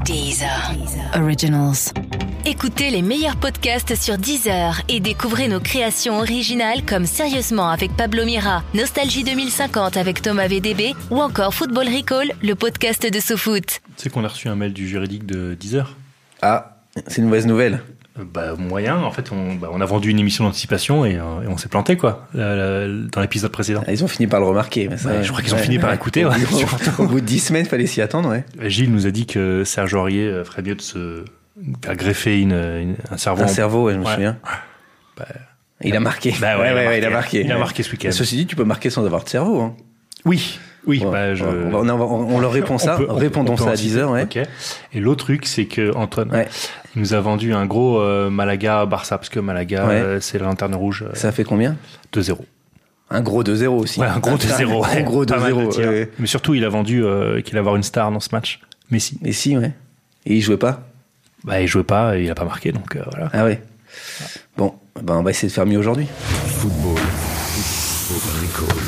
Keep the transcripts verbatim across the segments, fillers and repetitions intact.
Deezer. Originals. Écoutez les meilleurs podcasts sur Deezer et découvrez nos créations originales comme Sérieusement avec Pablo Mira, Nostalgie deux mille cinquante avec Thomas V D B ou encore Football Recall, le podcast de SoFoot. Tu sais qu'on a reçu un mail du juridique de Deezer. Ah, c'est une mauvaise nouvelle. Bah, moyen, en fait, on, bah, on a vendu une émission d'anticipation et, euh, et on s'est planté, quoi, euh, dans l'épisode précédent. Ah, ils ont fini par le remarquer. Mais ça, ouais, je crois qu'ils ont ouais, fini ouais, par ouais. écouter. Ouais, au, au bout de dix semaines, il fallait s'y attendre. Ouais. Gilles nous a dit que Serge Aurier ferait mieux de se faire greffer une, une, un cerveau. Un en... cerveau, ouais, je me ouais. souviens. Bah, il a marqué. Bah, ouais, ouais, il, a ouais, marqué. il a marqué. Il a marqué ce week-end. Ceci dit, tu peux marquer sans avoir de cerveau. Hein. Oui. Oui, ouais, bah, je... on, on, on, on leur répond ça. on peut, Répondons on peut ça à dix heures. Ouais. Okay. Et l'autre truc, c'est que Antoine ouais. il nous a vendu un gros euh, Malaga-Barça, parce que Malaga, ouais. euh, c'est la lanterne rouge. Euh, ça fait combien ? deux zéro. Un gros deux zéro aussi. Ouais, un gros deux zéro. Un gros deux zéro. Ouais. Mais surtout, il a vendu euh, qu'il allait avoir une star dans ce match. Messi. Messi, ouais. Et il jouait pas ? Bah, il jouait pas, et il a pas marqué, donc euh, voilà. Ah ouais. Bon, bah, on va essayer de faire mieux aujourd'hui. Football. Football Recall.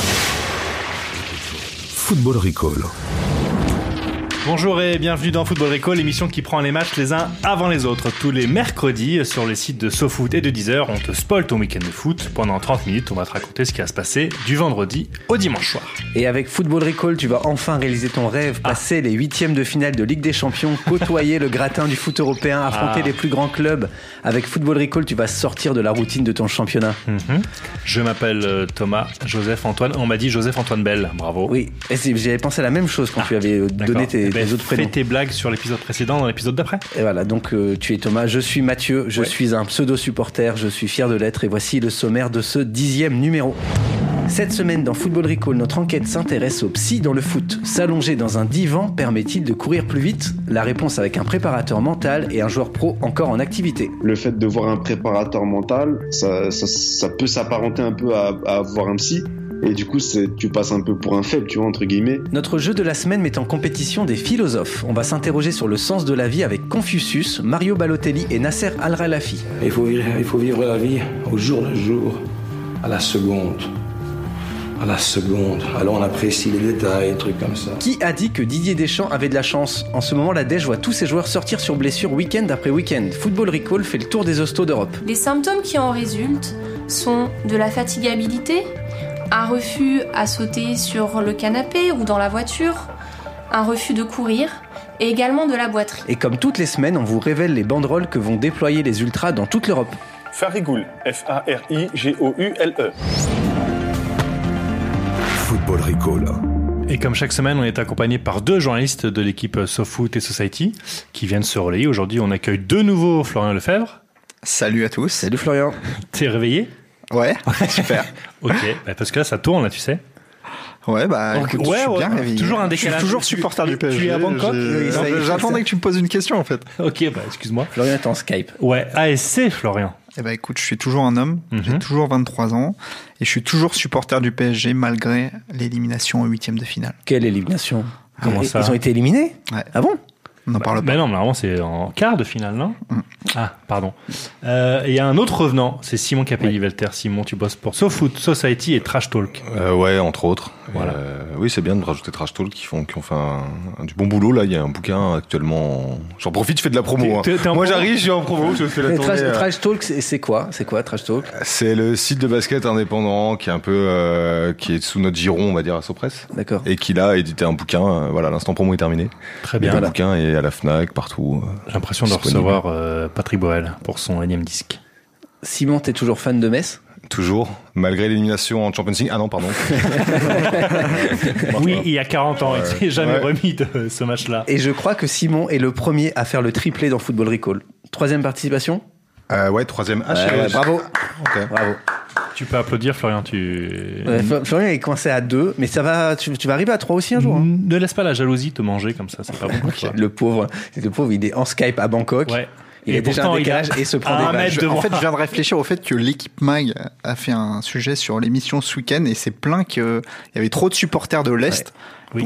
Football Recall. Bonjour et bienvenue dans Football Recall, l'émission qui prend les matchs les uns avant les autres. Tous les mercredis, sur les sites de SoFoot et de Deezer, on te spoil ton week-end de foot. Pendant trente minutes, on va te raconter ce qui va se passer du vendredi au dimanche soir. Et avec Football Recall, tu vas enfin réaliser ton rêve, passer ah. les huitièmes de finale de Ligue des Champions, côtoyer le gratin du foot européen, affronter ah. les plus grands clubs. Avec Football Recall, tu vas sortir de la routine de ton championnat. Mm-hmm. Je m'appelle Thomas, Joseph Antoine. On m'a dit Joseph Antoine Bell, bravo. Oui, et j'avais pensé à la même chose quand ah, tu avais donné tes, tes autres prénoms. Fais tes blagues sur l'épisode précédent dans l'épisode d'après. Et voilà, donc euh, tu es Thomas, je suis Mathieu, je ouais. suis un pseudo-supporter, je suis fier de l'être et voici le sommaire de ce dixième numéro. Cette semaine dans Football Recall, notre enquête s'intéresse au psy dans le foot. S'allonger dans un divan permet-il de courir plus vite ? La réponse avec un préparateur mental et un joueur pro encore en activité. Le fait de voir un préparateur mental, ça, ça, ça peut s'apparenter un peu à, à voir un psy. Et du coup, c'est, tu passes un peu pour un faible, tu vois, entre guillemets. Notre jeu de la semaine met en compétition des philosophes. On va s'interroger sur le sens de la vie avec Confucius, Mario Balotelli et Nasser Al-Khelaifi. Il faut vivre, il faut vivre la vie au jour le jour, à la seconde. À la seconde. Alors on apprécie les détails, des trucs comme ça. Qui a dit que Didier Deschamps avait de la chance ? En ce moment, la Dèche voit tous ses joueurs sortir sur blessure week-end après week-end. Football Recall fait le tour des hostos d'Europe. Les symptômes qui en résultent sont de la fatigabilité, un refus à sauter sur le canapé ou dans la voiture, un refus de courir et également de la boiterie. Et comme toutes les semaines, on vous révèle les banderoles que vont déployer les ultras dans toute l'Europe. Farigoul, F A R I G O U L E. Football Recall. Et comme chaque semaine, on est accompagné par deux journalistes de l'équipe SoFoot et Society qui viennent se relayer. Aujourd'hui, on accueille de nouveau Florian Lefebvre. Salut à tous. Salut Florian. T'es réveillé ? Ouais, super. Ok, bah parce que là, ça tourne, là, tu sais. Ouais, bah, okay. écoute, ouais, je suis ouais, bien réveillé. Toujours un décalage. Je suis toujours supporter du P S G. Tu es à Bangkok ? J'attendais que tu me poses une question, en fait. Ok, bah, excuse-moi. Florian est en Skype. Ouais, A S C, Florian. Eh ben, écoute, je suis toujours un homme. Mm-hmm. J'ai toujours vingt-trois ans. Et je suis toujours supporter du P S G malgré l'élimination au huitième de finale. Quelle élimination ? Comment ils, ça ? Ils ont été éliminés ? Ouais. Ah bon ? On n'en bah, parle pas. Mais non, mais normalement, c'est en quart de finale, non ? mm. Ah, pardon. Il euh, y a un autre revenant, c'est Simon Capelli-Velter. Simon, tu bosses pour SoFoot, Society et Trash Talk. Euh, ouais, entre autres. Voilà. Euh, oui, c'est bien de rajouter Trash Talk qui font, qui ont fait un, un, du bon boulot. Là, il y a un bouquin actuellement. J'en profite, je fais de la promo. T'es, t'es hein. Moi, promo j'arrive, je suis en promo, je fais la tournée. Trash, euh... Trash Talk, c'est, c'est quoi ? C'est quoi Trash Talk ? C'est le site de basket indépendant qui est un peu, euh, qui est sous notre giron, on va dire, à Sopress. D'accord. Et qui là a édité un bouquin. Euh, voilà, l'instant promo est terminé. Très bien. Le voilà. bouquin est à la Fnac, partout. Euh, J'ai l'impression de recevoir euh, Patrick Borel pour son énième disque. Simon, t'es toujours fan de Metz ? Toujours, malgré l'élimination en Champions League. Ah non, pardon. Oui, il y a quarante ans, ouais. il s'est jamais ouais. remis de ce match-là. Et je crois que Simon est le premier à faire le triplé dans Football Recall. Troisième participation ? euh, Ouais, troisième H. Ouais, ouais, bravo. Okay. Bravo. Tu peux applaudir, Florian. Tu... Ouais, Florian est coincé à deux, mais ça va. Tu, tu vas arriver à trois aussi un jour. Hein. Ne laisse pas la jalousie te manger comme ça, c'est pas bon pour toi. Le pauvre, le pauvre, il est en Skype à Bangkok. Ouais. Il et est déjà un décalage a... et se prend des balles. En fait, je viens de réfléchir au fait que l'équipe Mag a fait un sujet sur l'émission ce week-end et c'est plein qu'il y avait trop de supporters de l'Est. Ouais. Oui. Donc il y a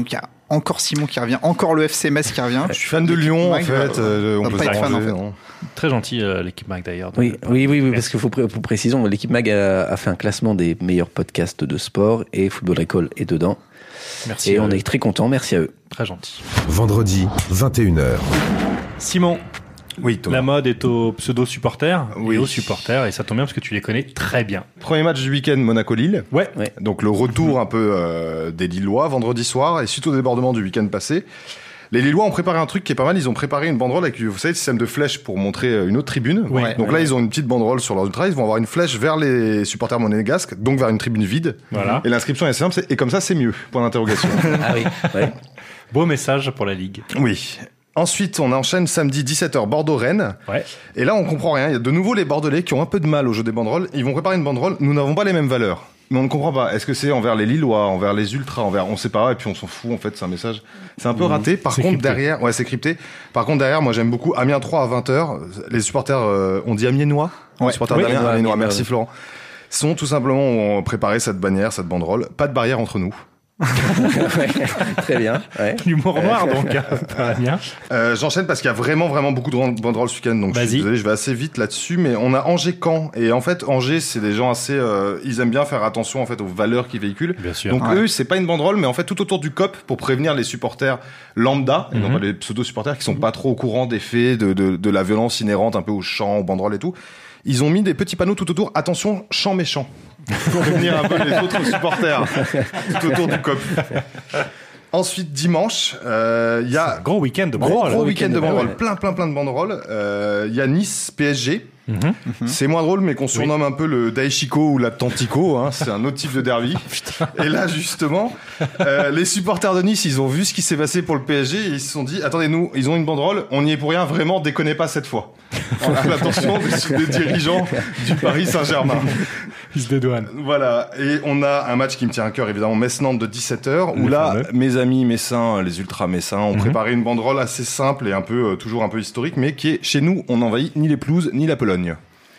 encore Simon qui revient, encore le F C Metz qui revient. Je suis fan de Lyon, en Mike, fait. Euh, on va peut pas être fan, s'arranger, en fait. non. Très gentil, euh, l'équipe Mag d'ailleurs. Oui, oui, oui, oui, parce qu'il faut, pré- pour précision, l'équipe Mag a, a fait un classement des meilleurs podcasts de sport et Football Recall est dedans. Merci. Et euh, on est très contents, merci à eux. Très gentil. Vendredi, vingt et une heures. Simon, Oui, Thomas. la mode est aux pseudo-supporters Oui. et aux supporters, et ça tombe bien parce que tu les connais très bien. Premier match du week-end, Monaco-Lille. Ouais. Ouais. Donc le retour un peu euh, des Lillois vendredi soir, et suite au débordement du week-end passé, les Lillois ont préparé un truc qui est pas mal. Ils ont préparé une banderole avec, vous savez, le système de flèches pour montrer une autre tribune. Oui. Donc Ouais, là, ouais. ils ont une petite banderole sur leur ultra. Ils vont avoir une flèche vers les supporters monégasques, donc vers une tribune vide. Voilà. Et l'inscription est simple, c'est et comme ça, c'est mieux. Point d'interrogation. Ah oui, ouais. Beau message pour la Ligue. Oui. Ensuite, on enchaîne samedi dix-sept heures Bordeaux-Rennes. Ouais. Et là, on comprend rien. Il y a de nouveau les Bordelais qui ont un peu de mal au jeu des banderoles. Ils vont préparer une banderole. Nous n'avons pas les mêmes valeurs. Mais on ne comprend pas. Est-ce que c'est envers les Lillois, envers les Ultras, envers, on sait pas. Et puis on s'en fout. En fait, c'est un message. C'est un peu raté. Par C'est contre, crypté. derrière, ouais, c'est crypté. Par contre, derrière, moi, j'aime beaucoup Amiens trois à vingt heures. Les supporters, euh, on dit Amiénois. Ouais. Les supporters Oui, d'Amiens, Amiénois, Amiénois. Amiénois, Merci oui. Florent. Sont tout simplement ont préparé cette bannière, cette banderole. Pas de barrière entre nous. Ouais, très bien. Ouais. L'humour noir, donc, hein, pas bien. Euh, J'enchaîne parce qu'il y a vraiment vraiment beaucoup de banderoles ce week-end, donc je Vas-y. suis désolé, je vais assez vite là-dessus, mais on a Angers-Caen, et en fait Angers c'est des gens assez, euh, ils aiment bien faire attention en fait aux valeurs qu'ils véhiculent. Bien sûr. Donc Ouais. eux c'est pas une banderole, mais en fait tout autour du C O P pour prévenir les supporters lambda, et non Mhm. pas les pseudo-supporters qui sont pas trop au courant des faits, de, de, de la violence inhérente un peu aux chants, aux banderoles et tout. Ils ont mis des petits panneaux tout autour, attention, chant méchant, pour prévenir un peu les autres supporters tout autour du C O P. Ensuite, dimanche, euh, il y a Gros week-end de gros, banderole. gros week-end de banderoles, ouais. plein, plein, plein de banderoles. Euh, Il y a Nice P S G. Mhm. C'est moins drôle, mais qu'on surnomme un peu le Daichiko ou l'Atlantico. Hein, c'est un autre type de derby. Et là, justement, euh, les supporters de Nice, ils ont vu ce qui s'est passé pour le P S G et ils se sont dit, attendez, nous, ils ont une banderole, on n'y est pour rien, vraiment, déconnez pas cette fois. On a l'attention des, des dirigeants du Paris Saint-Germain. Ils se dédouanent. Voilà, et on a un match qui me tient à cœur, évidemment, Metz-Nantes de dix-sept heures, où Le là, fameux. mes amis messins, les ultras messins, ont Mhm. préparé une banderole assez simple et un peu, euh, toujours un peu historique, mais qui est, chez nous, on n'envahit ni les pelouses, ni la Pologne.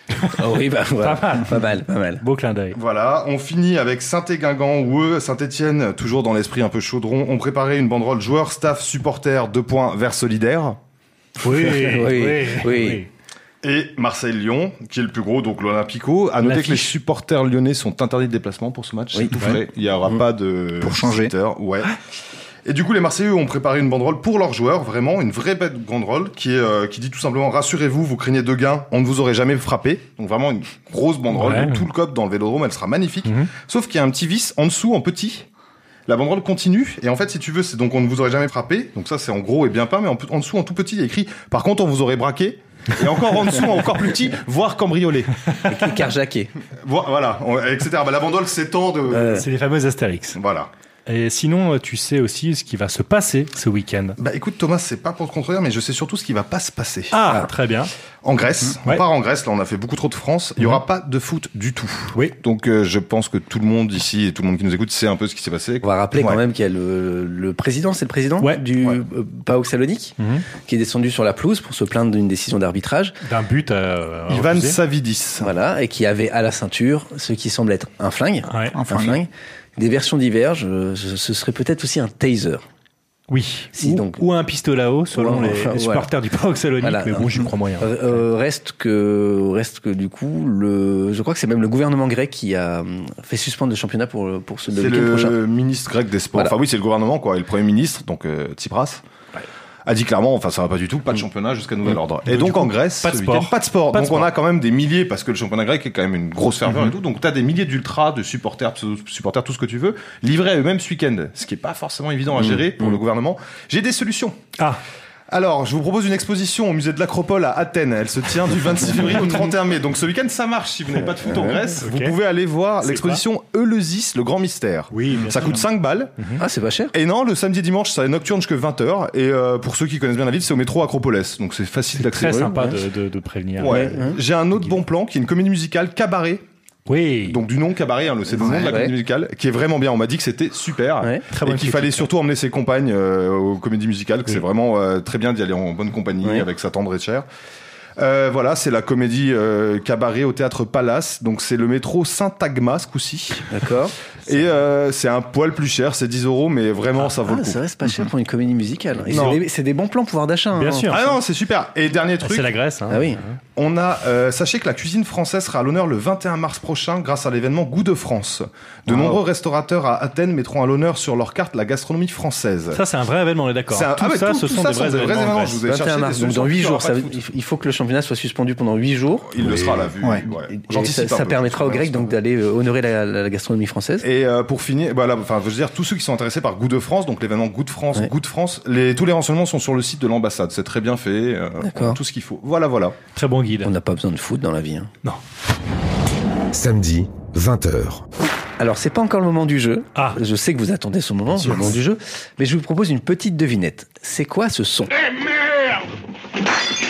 Oh oui, bah, voilà. Pas mal. Pas mal, pas mal. Beau clin d'œil. Voilà, on finit avec Saint-Éguingan, où eux, Saint-Étienne, toujours dans l'esprit un peu chaudron, ont préparé une banderole joueurs, staff, supporters, deux points, vers solidaire. Oui, oui, oui. Et Marseille-Lyon, qui est le plus gros, donc l'Olympico. À noter que les L'affiche. supporters lyonnais sont interdits de déplacement pour ce match. Oui. C'est tout Ouais. frais. Il n'y aura Mmh. pas de Pour changer. visiteurs. Ouais. Et du coup, les Marseillais ont préparé une banderole pour leurs joueurs, vraiment une vraie bête banderole qui est euh, qui dit tout simplement rassurez-vous, vous craignez de gains, on ne vous aurait jamais frappé. Donc vraiment une grosse banderole. Ouais. Donc, tout le C O P dans le Vélodrome, elle sera magnifique. Mhm. Sauf qu'il y a un petit vice en dessous, en petit. La banderole continue et en fait, si tu veux, c'est donc on ne vous aurait jamais frappé. Donc ça, c'est en gros et bien peint, mais en, en dessous, en tout petit, il y a écrit. Par contre, on vous aurait braqué. Et encore en dessous, encore plus petit, voire cambriolé. Et Carjaqué. Vo- Voilà, on- et cetera. Bah, la banderole s'étend de. Euh, C'est les fameux Astérix. Voilà. Et sinon, tu sais aussi ce qui va se passer ce week-end. Bah écoute Thomas, c'est pas pour te contredire, mais je sais surtout ce qui va pas se passer. Ah, très bien. En Grèce, Ouais. on part en Grèce, là on a fait beaucoup trop de France, il y aura pas de foot du tout. Oui. Donc euh, je pense que tout le monde ici et tout le monde qui nous écoute sait un peu ce qui s'est passé. On va rappeler Ouais. quand même qu'il y a le, le président, c'est le président Ouais. du Ouais. euh, PAOK Salonique, Mhm. qui est descendu sur la pelouse pour se plaindre d'une décision d'arbitrage. D'un but à. à Ivan refuser. Savidis. Voilà, et qui avait à la ceinture ce qui semble être un flingue. Ouais. Un flingue. Des versions divergent. euh, Ce ce serait peut-être aussi un taser. Oui. Si, ou, donc- ou un pistolet à eau, selon Ou un- les, enfin, les supporters du PAOK Salonique, Voilà. mais bon, j'y crois moyen. Euh, euh, reste que reste que du coup, le, je crois que c'est même le gouvernement grec qui a euh, fait suspendre le championnat pour pour ce le C'est week-end le prochain. ministre grec des sports. Voilà. Enfin oui, c'est le gouvernement quoi, et le premier ministre, donc euh, Tsipras. A dit clairement, enfin ça va pas du tout, pas de championnat jusqu'à nouvel ordre. Et Donc, donc du coup, en Grèce, pas de ce sport. week-end, pas de sport. Pas de donc on sport. a quand même des milliers, parce que le championnat grec est quand même une grosse ferveur Mhm. et tout. Donc t'as des milliers d'ultras, de supporters, pseudo-supporters, tout ce que tu veux, livrés à eux-mêmes ce week-end. Ce qui est pas forcément évident à gérer pour le gouvernement. J'ai des solutions. Ah, Alors, je vous propose une exposition au musée de l'Acropole à Athènes. Elle se tient du vingt-six février au trente et un mai. Donc ce week-end, ça marche. Si vous n'avez pas de foot en Grèce, ok. vous pouvez aller voir C'est l'exposition Eleusis, le grand mystère. oui, bien Ça sûr. coûte cinq balles. Ah, c'est pas cher. Et non, le samedi et dimanche, ça est nocturne jusqu'à vingt heures. Et euh, pour ceux qui connaissent bien la ville, c'est au métro Acropolis. Donc c'est facile d'accès. Très sympa ouais. de, de, de prévenir. Ouais. Ouais. J'ai un autre bon plan qui est une comédie musicale Cabaret. Oui. Donc du nom Cabaret, hein, le- c'est le nom de la Ouais. comédie musicale, qui est vraiment bien. On m'a dit que c'était super. Ouais. Très Et bonne qu'il critique, fallait ouais. surtout emmener ses compagnes euh, aux comédies musicales, que Oui. c'est vraiment euh, très bien d'y aller en bonne compagnie Ouais. avec sa tendre et chère. Euh, voilà, c'est la comédie euh, Cabaret au théâtre Palace. Donc c'est le métro Saint-Agma ce coup-ci. D'accord. Et euh, c'est un poil plus cher, c'est dix euros, mais vraiment, ah, ça vaut ah, le coup. Ça reste pas cher pour une comédie musicale. Et c'est, des, c'est des bons plans pouvoir d'achat. Bien hein. sûr. Ah non, c'est super. Et dernier truc. C'est la Grèce. Hein. Ah oui. On a, euh, sachez que la cuisine française sera à l'honneur le vingt et un mars prochain grâce à l'événement Goût de France. De wow. nombreux restaurateurs à Athènes mettront à l'honneur sur leur carte la gastronomie française. Ça, c'est un vrai événement, on est d'accord. Un... Tout ah, ça, tout, ce tout sont ça des vrais, sont des vrais événements. Je vous ai vingt et un mars, donc dans huit jours. Ça, il faut que le championnat soit suspendu pendant huit jours. Il oui. le sera à la vue. Ouais. Ouais. Et ça, ça permettra aux Grecs donc d'aller euh, honorer la, la, la gastronomie française. Et euh, pour finir, bah, là, enfin, je veux dire, tous ceux qui sont intéressés par Goût de France, donc l'événement Goût de France, ouais. Goût de France, les, tous les renseignements sont sur le site de l'ambassade. C'est très bien fait. Euh, D'accord. Tout ce qu'il faut. Voilà, voilà. Très bon guide. On n'a pas besoin de foot dans la vie. Hein. Non. Samedi, vingt heures. Alors, c'est pas encore le moment du jeu. Ah. Je sais que vous attendez ce moment, le moment du jeu. Mais je vous propose une petite devinette. C'est quoi ce son ? Eh merde !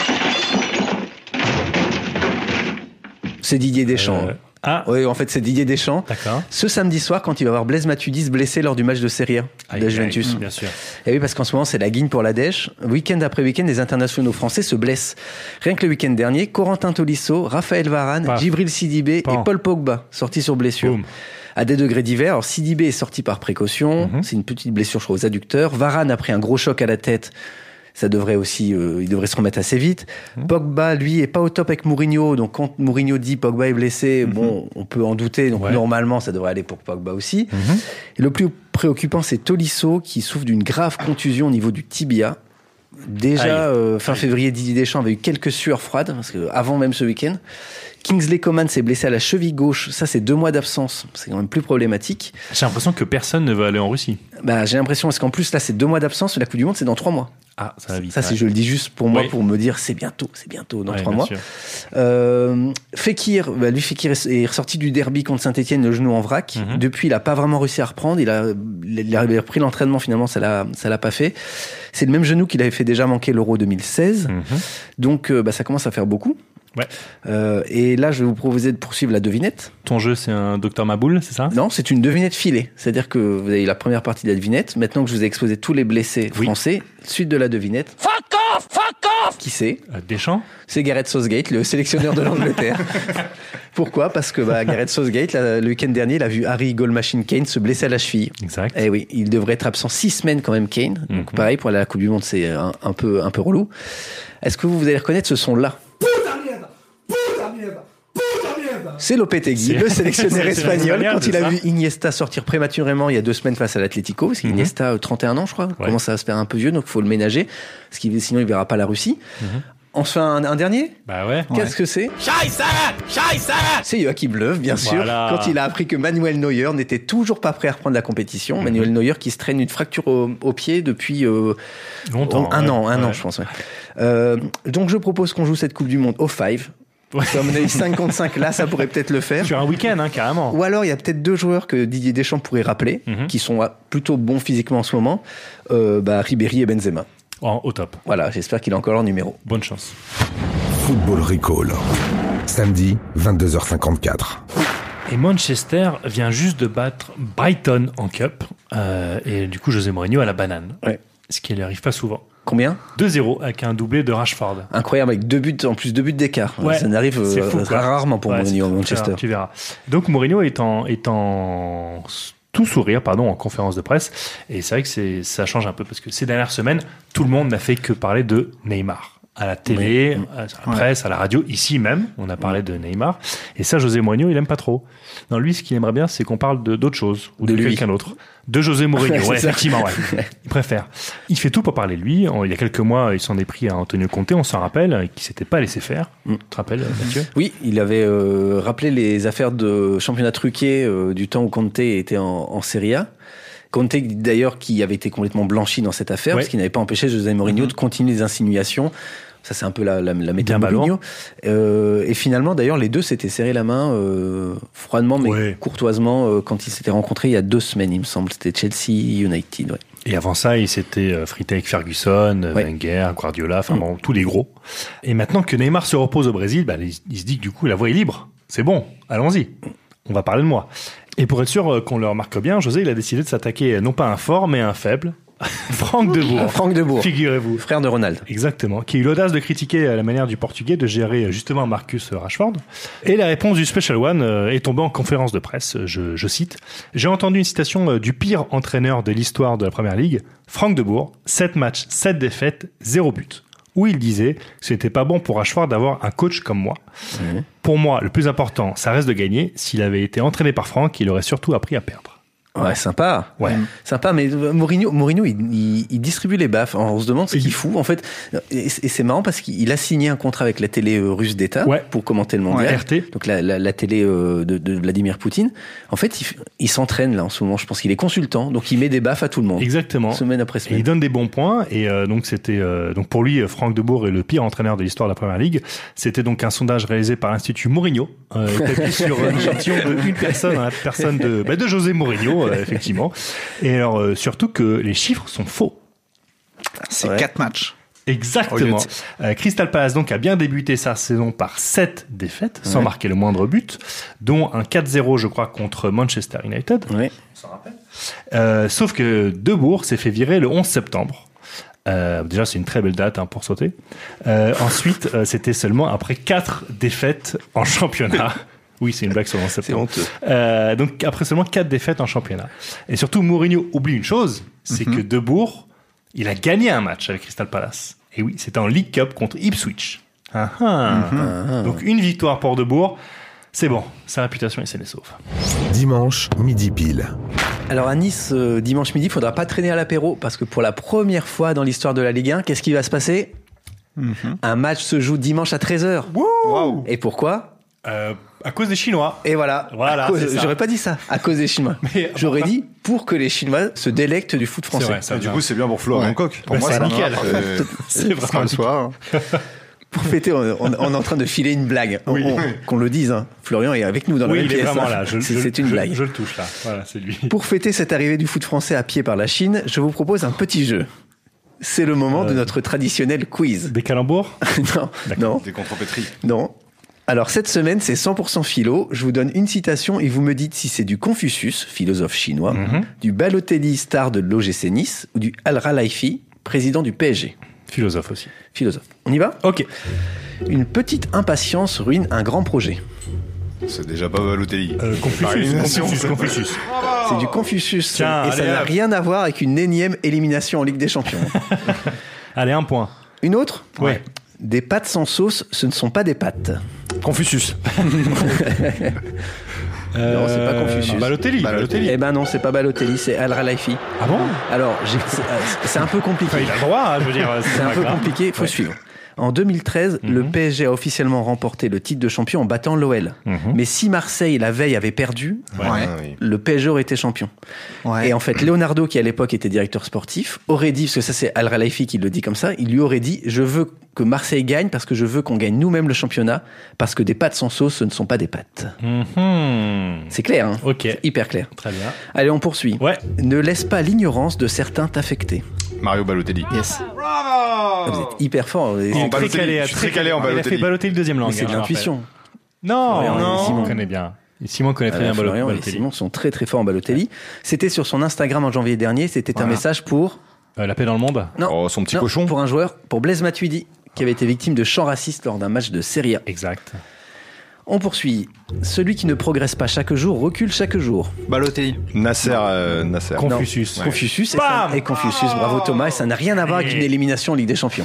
C'est Didier Deschamps. Euh... Ah. Oui, en fait, c'est Didier Deschamps. D'accord. Ce samedi soir, quand il va voir Blaise Matuidi blessé lors du match de Serie A de la Juventus. Aïe, bien sûr. Et oui, parce qu'en ce moment, c'est la guigne pour la Dèche. Week-end après week-end, les internationaux français se blessent. Rien que le week-end dernier, Corentin Tolisso, Raphaël Varane, Paf. Djibril Sidibé Paf. et Paul Pogba, sortis sur blessure. Boum. À des degrés divers. Alors, Sidibé est sorti par précaution. Mm-hmm. C'est une petite blessure, je crois, aux adducteurs. Varane a pris un gros choc à la tête. Ça devrait aussi, euh, il devrait se remettre assez vite. Mmh. Pogba, lui, est pas au top avec Mourinho. Donc, quand Mourinho dit Pogba est blessé, mmh. bon, on peut en douter. Donc, ouais. normalement, ça devrait aller pour Pogba aussi. Mmh. Et le plus préoccupant, c'est Tolisso, qui souffre d'une grave contusion au niveau du tibia. Déjà, euh, fin Aïe. février, Didier Deschamps avait eu quelques sueurs froides, parce que avant même ce week-end. Kingsley Coman s'est blessé à la cheville gauche. Ça, c'est deux mois d'absence. C'est quand même plus problématique. J'ai l'impression que personne ne veut aller en Russie. Bah, j'ai l'impression, parce qu'en plus, là, c'est deux mois d'absence. La Coupe du Monde, c'est dans trois mois. Ah, ça va vite. Ça, ouais. si je le dis juste pour moi, oui. pour me dire, c'est bientôt, c'est bientôt, dans ouais, trois mois. Euh, Fekir, bah, lui, Fekir est ressorti du derby contre Saint-Etienne, le genou en vrac. Mm-hmm. Depuis, il n'a pas vraiment réussi à reprendre. Il a, il a repris l'entraînement, finalement, ça l'a, ça l'a pas fait. C'est le même genou qu'il avait fait déjà manquer l'Euro deux mille seize. Mm-hmm. Donc, euh, bah, ça commence à faire beaucoup. Ouais. Euh, et là, je vais vous proposer de poursuivre la devinette. Ton jeu, c'est un docteur Maboul, c'est ça ? Non, c'est une devinette filée. C'est-à-dire que vous avez la première partie de la devinette. Maintenant que je vous ai exposé tous les blessés oui. français, suite de la devinette. Fuck off, fuck off. Qui c'est ? euh, Deschamps ? C'est Gareth Southgate, le sélectionneur de l'Angleterre. Pourquoi ? Parce que bah, Gareth Southgate, là, le week-end dernier, il a vu Harry Goldmachine Kane se blesser à la cheville. Exact. Et oui, il devrait être absent six semaines quand même, Kane. Mm-hmm. Donc pareil, pour aller à la Coupe du Monde, c'est un, un, peu, un peu relou. Est-ce que vous, vous allez reconnaître ce son-là ? C'est Lopetegui, le sélectionneur espagnol, quand il a vu Iniesta sortir prématurément il y a deux semaines face à l'Atlético, parce qu'Iniesta, mm-hmm. trente et un ans, je crois, ouais. commence à se faire un peu vieux, donc il faut le ménager, parce qu'il sinon il verra pas la Russie. Mm-hmm. On se fait un, un dernier ? Bah ouais. Qu'est-ce ouais. que c'est ? Scheisse ! Scheisse ! C'est Joachim Löw, bien sûr, voilà. Quand il a appris que Manuel Neuer n'était toujours pas prêt à reprendre la compétition. Mm-hmm. Manuel Neuer qui se traîne une fracture au, au pied depuis euh, longtemps, un ouais. an, un ouais. an, je pense. Ouais. Euh, donc je propose qu'on joue cette Coupe du Monde au five. Ouais. À mon avis, cinq contre cinq, là, ça pourrait peut-être le faire. Sur un week-end, hein, carrément. Ou alors, il y a peut-être deux joueurs que Didier Deschamps pourrait rappeler, mm-hmm. qui sont plutôt bons physiquement en ce moment, euh, bah, Ribéry et Benzema. Oh, au top. Voilà, j'espère qu'il a encore leur numéro. Bonne chance. Football Recall. Samedi, vingt-deux heures cinquante-quatre. Et Manchester vient juste de battre Brighton en Cup. Euh, et du coup, José Mourinho à la banane. Ouais. Ce qui ne lui arrive pas souvent. Combien ? deux zéro avec un doublé de Rashford. Incroyable, avec deux buts, en plus deux buts d'écart. Ouais, ça n'arrive euh, fou, rarement pour ouais, Mourinho à Manchester. Tu verras. Donc Mourinho est en, est en tout sourire pardon, en conférence de presse. Et c'est vrai que c'est, ça change un peu parce que ces dernières semaines, tout le monde n'a fait que parler de Neymar. À la télé, oui. à la presse, ouais. à la radio, ici même, on a parlé de Neymar. Et ça, José Mourinho, il aime pas trop. Non, lui, ce qu'il aimerait bien, c'est qu'on parle de, d'autres choses, ou de, de quelqu'un d'autre. De José Mourinho, ouais, effectivement, ouais. Il préfère. Il fait tout pour parler de lui. Il y a quelques mois, il s'en est pris à Antonio Conte, on s'en rappelle, qui s'était pas laissé faire. Mm. Tu te rappelles, Mathieu ? Oui, il avait euh, rappelé les affaires de championnat truqué euh, du temps où Conte était en, en Serie A. Conte, d'ailleurs, qui avait été complètement blanchi dans cette affaire, ouais. parce qu'il n'avait pas empêché José Mourinho mm-hmm. de continuer les insinuations. Ça, c'est un peu la, la, la méthode Mourinho. Euh, et finalement, d'ailleurs, les deux s'étaient serrés la main euh, froidement, mais ouais. courtoisement, euh, quand ils s'étaient rencontrés il y a deux semaines, il me semble. C'était Chelsea United, ouais. Et avant ça, il s'était frité avec Ferguson, ouais. Wenger, Guardiola, enfin mm. bon, tous les gros. Et maintenant que Neymar se repose au Brésil, bah, il, il se dit que du coup, la voie est libre. C'est bon, allons-y. On va parler de moi. Et pour être sûr qu'on le remarque bien, José, il a décidé de s'attaquer non pas à un fort, mais à un faible, Franck Debourg. Franck Debourg. Figurez-vous. Frère de Ronald. Exactement. Qui a eu l'audace de critiquer la manière du Portugais de gérer justement Marcus Rashford. Et la réponse du Special One est tombée en conférence de presse. Je, je cite. J'ai entendu une citation du pire entraîneur de l'histoire de la Première Ligue, Franck Debourg. sept matchs, sept défaites, zéro but. Où il disait que ce n'était pas bon pour Rashford d'avoir un coach comme moi. Mmh. Pour moi, le plus important, ça reste de gagner. S'il avait été entraîné par Franck, il aurait surtout appris à perdre. Ouais, sympa. Ouais. Sympa, mais Mourinho, Mourinho il, il, il distribue les baffes. On se demande ce qu'il fout. En fait, et c'est marrant parce qu'il a signé un contrat avec la télé russe d'État ouais. pour commenter le mondial. Ouais, R T. Donc la, la, la télé de, de Vladimir Poutine. En fait, il, il s'entraîne là en ce moment. Je pense qu'il est consultant, donc il met des baffes à tout le monde. Exactement. Semaine après semaine. Et il donne des bons points. Et euh, donc c'était euh, donc pour lui, Franck Debourg est le pire entraîneur de l'histoire de la Première Ligue. C'était donc un sondage réalisé par l'Institut Mourinho, euh, établi sur une échantillon de une personne, hein, personne de bah, de José Mourinho, euh, effectivement. Et alors, euh, surtout que les chiffres sont faux. C'est ouais. quatre matchs. Exactement. Euh, Crystal Palace donc a bien débuté sa saison par sept défaites, ouais. sans marquer le moindre but, dont un quatre zéro, je crois, contre Manchester United. Ouais. On s'en rappelle. Euh, sauf que Debourg s'est fait virer le onze septembre. Euh, déjà, c'est une très belle date hein, pour sauter. Euh, ensuite, euh, c'était seulement après quatre défaites en championnat. Oui, c'est une blague sur le onze septembre. C'est honteux. Euh, donc, après seulement quatre défaites en championnat. Et surtout, Mourinho oublie une chose, c'est mm-hmm. que Debourg, il a gagné un match avec Crystal Palace. Et oui, c'était en League Cup contre Ipswich. Ah, ah. Mm-hmm. Donc, une victoire pour Debourg. C'est bon, sa réputation est saine et sauve. Dimanche, midi pile. Alors à Nice, euh, dimanche midi, il ne faudra pas traîner à l'apéro parce que pour la première fois dans l'histoire de la Ligue un, qu'est-ce qui va se passer ? mm-hmm. Un match se joue dimanche à treize heures. Wow. Et pourquoi ? Euh, à cause des Chinois. Et voilà. Voilà. Cause, j'aurais pas dit ça. À cause des Chinois. Mais j'aurais dit pour que les Chinois se délectent du foot français. C'est vrai, ça, du coup, c'est bien pour Flo à Bangkok. Pour bah, moi, c'est ça nickel. C'est, c'est vraiment soir. Pour fêter, on, on, on est en train de filer une blague. Oui. On, qu'on le dise, hein. Florian est avec nous dans la oui, même pièce. Oui, il est vraiment là. Je, c'est, je, c'est une je, blague. Je, je le touche là. Voilà, c'est lui. Pour fêter cette arrivée du foot français à pied par la Chine, je vous propose un petit jeu. C'est le moment euh, de notre traditionnel quiz. Des calembours ? Non, non. Des contrepétries ? Non. Alors cette semaine, c'est cent pour cent philo. Je vous donne une citation et vous me dites si c'est du Confucius, philosophe chinois, mm-hmm. du Balotelli, star de l'O G C Nice, ou du Al-Khelaifi, président du P S G. Philosophe aussi. Philosophe. On y va ? Ok. Une petite impatience ruine un grand projet. C'est déjà pas Balotelli. Euh, Confucius, Confucius, Confucius. C'est du Confucius. Tiens, et allez, ça n'a hop. rien à voir avec une énième élimination en Ligue des Champions. Allez, un point. Une autre ? Ouais. Des pâtes sans sauce, ce ne sont pas des pâtes. Confucius. Euh, non, c'est pas Confucius. Balotelli. Balotelli. Eh ben non, c'est pas Balotelli, c'est Al-Khelaifi. Ah bon ? Alors, j'ai, c'est, c'est un peu compliqué. Enfin, il a le droit, hein, je veux dire. C'est, c'est un peu grave. Compliqué, il faut ouais. suivre. En deux mille treize, mm-hmm. le P S G a officiellement remporté le titre de champion en battant l'O L. Mm-hmm. Mais si Marseille, la veille, avait perdu, ouais. Ouais. le P S G aurait été champion. Ouais. Et en fait, Leonardo, qui à l'époque était directeur sportif, aurait dit, parce que ça c'est Al-Khelaifi qui le dit comme ça, il lui aurait dit « Je veux que Marseille gagne parce que je veux qu'on gagne nous-mêmes le championnat, parce que des pâtes sans sauce, ce ne sont pas des pâtes. Mm-hmm. » C'est clair, hein ? Ok. C'est hyper clair. Très bien. Allez, on poursuit. Ouais. Ne laisse pas l'ignorance de certains t'affecter. Mario Balotelli. Yes. Bravo. Vous êtes hyper fort. Il est très calé, je suis très calé en Balotelli. Il a fait Balotelli deuxième langue. Mais c'est de l'intuition. Non, Florian non. Simon connaît bien. Et Simon connaît très euh, bien Florian Balotelli. Et Simon sont très très forts en Balotelli. C'était sur son Instagram en janvier dernier. C'était voilà. un message pour euh, la paix dans le monde. Non, oh, son petit non, cochon. Pour un joueur, pour Blaise Matuidi, qui avait été victime de chants racistes lors d'un match de Serie A. Exact. On poursuit. Celui qui ne progresse pas chaque jour recule chaque jour. Balotelli. Nasser. Euh, Nasser. Confucius. Ouais. Confucius et, ça, et Confucius. Bravo Thomas. Et ça n'a rien à voir avec une élimination en Ligue des Champions.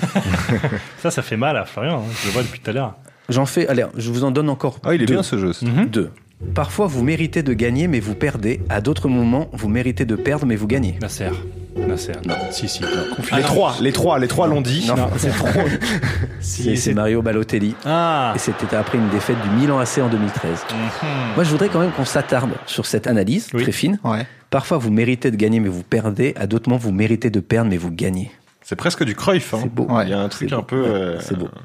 Ça, ça fait mal à Florian. Hein. Je le vois depuis tout à l'heure. J'en fais. Allez, je vous en donne encore. Ah, il est deux. bien ce jeu. Mm-hmm. Deux. Parfois, vous méritez de gagner, mais vous perdez. À d'autres moments, vous méritez de perdre, mais vous gagnez. Nasser. Nasser. Non. Si, si. Non. Les, ah, trois, les trois, les trois l'ont dit. Non, non c'est trop. si, c'est, c'est... c'est Mario Balotelli. Ah. Et c'était après une défaite du Milan A C en deux mille treize. Mm-hmm. Moi, je voudrais quand même qu'on s'attarde sur cette analyse oui. très fine. Ouais. Parfois, vous méritez de gagner, mais vous perdez. À d'autres moments, vous méritez de perdre, mais vous gagnez. C'est presque du Cruyff. Hein. C'est beau. Ouais. Il y a un truc c'est un beau. peu. Ouais, euh... C'est beau.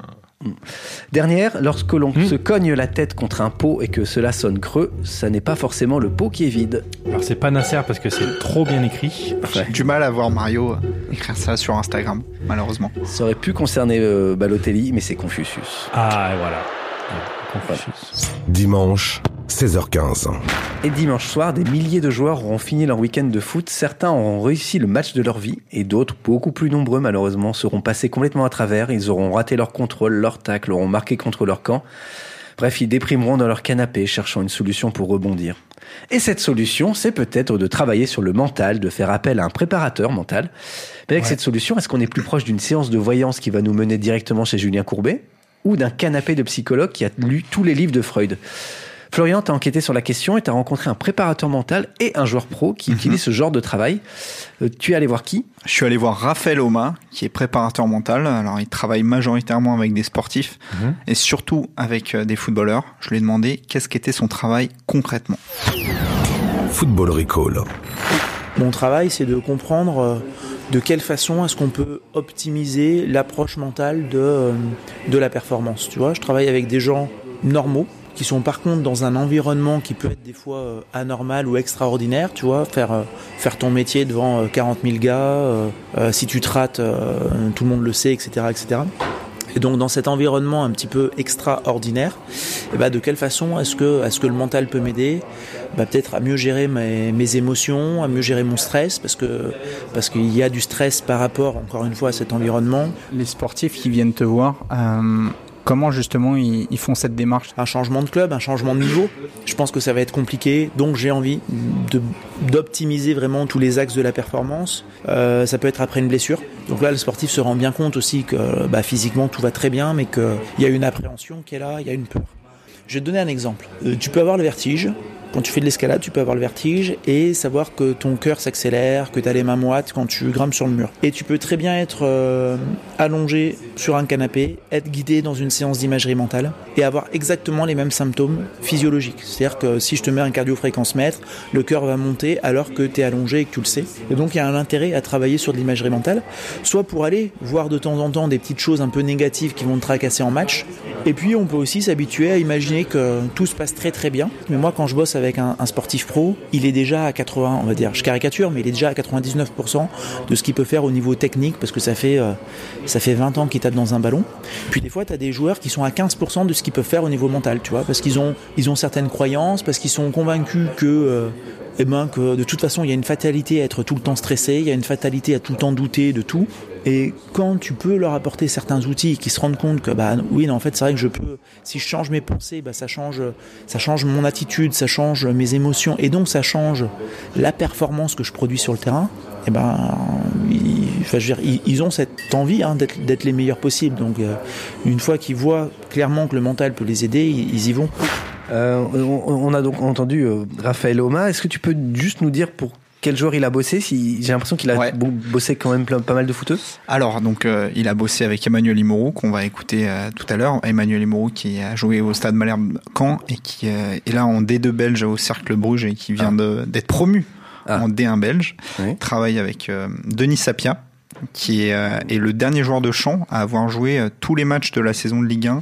Dernière, lorsque l'on mmh. se cogne la tête contre un pot et que cela sonne creux, ça n'est pas forcément le pot qui est vide. Alors c'est pas Nasser parce que c'est trop bien écrit. J'ai du mal à voir Mario écrire ça sur Instagram, malheureusement. Ça aurait pu concerner euh, Balotelli, mais c'est Confucius. Ah, et voilà. Ouais, Confucius. Dimanche, seize heures quinze. Et dimanche soir, des milliers de joueurs auront fini leur week-end de foot. Certains auront réussi le match de leur vie et d'autres, beaucoup plus nombreux malheureusement, seront passés complètement à travers. Ils auront raté leur contrôle, leur tacle, auront marqué contre leur camp. Bref, ils déprimeront dans leur canapé, cherchant une solution pour rebondir. Et cette solution, c'est peut-être de travailler sur le mental, de faire appel à un préparateur mental. Mais avec ouais. cette solution, est-ce qu'on est plus proche d'une séance de voyance qui va nous mener directement chez Julien Courbet ou d'un canapé de psychologue qui a lu tous les livres de Freud ? Florian, tu as enquêté sur la question et tu as rencontré un préparateur mental et un joueur pro qui mm-hmm. utilise ce genre de travail. Euh, tu es allé voir qui ? Je suis allé voir Raphaël Oma, qui est préparateur mental. Alors, il travaille majoritairement avec des sportifs mm-hmm. et surtout avec des footballeurs. Je lui ai demandé qu'est-ce qu'était son travail concrètement. Football Recall. Mon travail, c'est de comprendre de quelle façon est-ce qu'on peut optimiser l'approche mentale de, de la performance. Tu vois, je travaille avec des gens normaux, qui sont par contre dans un environnement qui peut être des fois euh, anormal ou extraordinaire, tu vois, faire, euh, faire ton métier devant euh, quarante mille gars, euh, euh, si tu te rates, euh, tout le monde le sait, et cetera, et cetera. Et donc dans cet environnement un petit peu extraordinaire, et bah, de quelle façon est-ce que, est-ce que le mental peut m'aider ? Bah, peut-être à mieux gérer mes, mes émotions, à mieux gérer mon stress, parce que parce qu'il y a du stress par rapport, encore une fois, à cet environnement. Les sportifs qui viennent te voir... Euh... Comment justement ils, ils font cette démarche ? Un changement de club, un changement de niveau. Je pense que ça va être compliqué, donc j'ai envie de, d'optimiser vraiment tous les axes de la performance. Euh, ça peut être après une blessure. Donc là, le sportif se rend bien compte aussi que bah, physiquement tout va très bien, mais qu'il y a une appréhension qui est là, il y a une peur. Je vais te donner un exemple. Euh, tu peux avoir le vertige. Quand tu fais de l'escalade, tu peux avoir le vertige et savoir que ton cœur s'accélère, que tu as les mains moites quand tu grimpes sur le mur. Et tu peux très bien être euh, allongé sur un canapé, être guidé dans une séance d'imagerie mentale et avoir exactement les mêmes symptômes physiologiques. C'est-à-dire que si je te mets un cardiofréquencemètre, le cœur va monter alors que tu es allongé et que tu le sais. Et donc il y a un intérêt à travailler sur de l'imagerie mentale, soit pour aller voir de temps en temps des petites choses un peu négatives qui vont te tracasser en match. Et puis on peut aussi s'habituer à imaginer que tout se passe très très bien. Mais moi quand je bosse avec avec un, un sportif pro, il est déjà à quatre-vingts, on va dire, je caricature, mais il est déjà à quatre-vingt-dix-neuf pour cent de ce qu'il peut faire au niveau technique, parce que ça fait, euh, ça fait vingt ans qu'il tape dans un ballon. Puis des fois, tu as des joueurs qui sont à quinze pour cent de ce qu'ils peuvent faire au niveau mental, tu vois, parce qu'ils ont, ils ont certaines croyances, parce qu'ils sont convaincus que, euh, eh ben, que de toute façon, il y a une fatalité à être tout le temps stressé, il y a une fatalité à tout le temps douter de tout. Et quand tu peux leur apporter certains outils et qu'ils se rendent compte que bah oui, non, en fait c'est vrai que je peux, si je change mes pensées, bah ça change, ça change mon attitude, ça change mes émotions et donc ça change la performance que je produis sur le terrain. Et ben, ils, enfin, je veux dire, ils, ils ont cette envie hein, d'être, d'être les meilleurs possibles. Donc euh, une fois qu'ils voient clairement que le mental peut les aider, ils, ils y vont. Euh, on, on a donc entendu euh, Raphaël Oma. Est-ce que tu peux juste nous dire pour quel joueur il a bossé? Si, j'ai l'impression qu'il a ouais. bossé quand même pas mal de footeux. Alors, donc, euh, il a bossé avec Emmanuel Imourou, qu'on va écouter euh, tout à l'heure. Emmanuel Imourou qui a joué au Stade Malherbe Caen et qui euh, est là en D deux belge au Cercle Bruges et qui vient ah. de, d'être promu ah. en D un belge. Oui. Travaille avec euh, Denis Sapia, qui est, euh, est le dernier joueur de Champ à avoir joué euh, tous les matchs de la saison de Ligue un.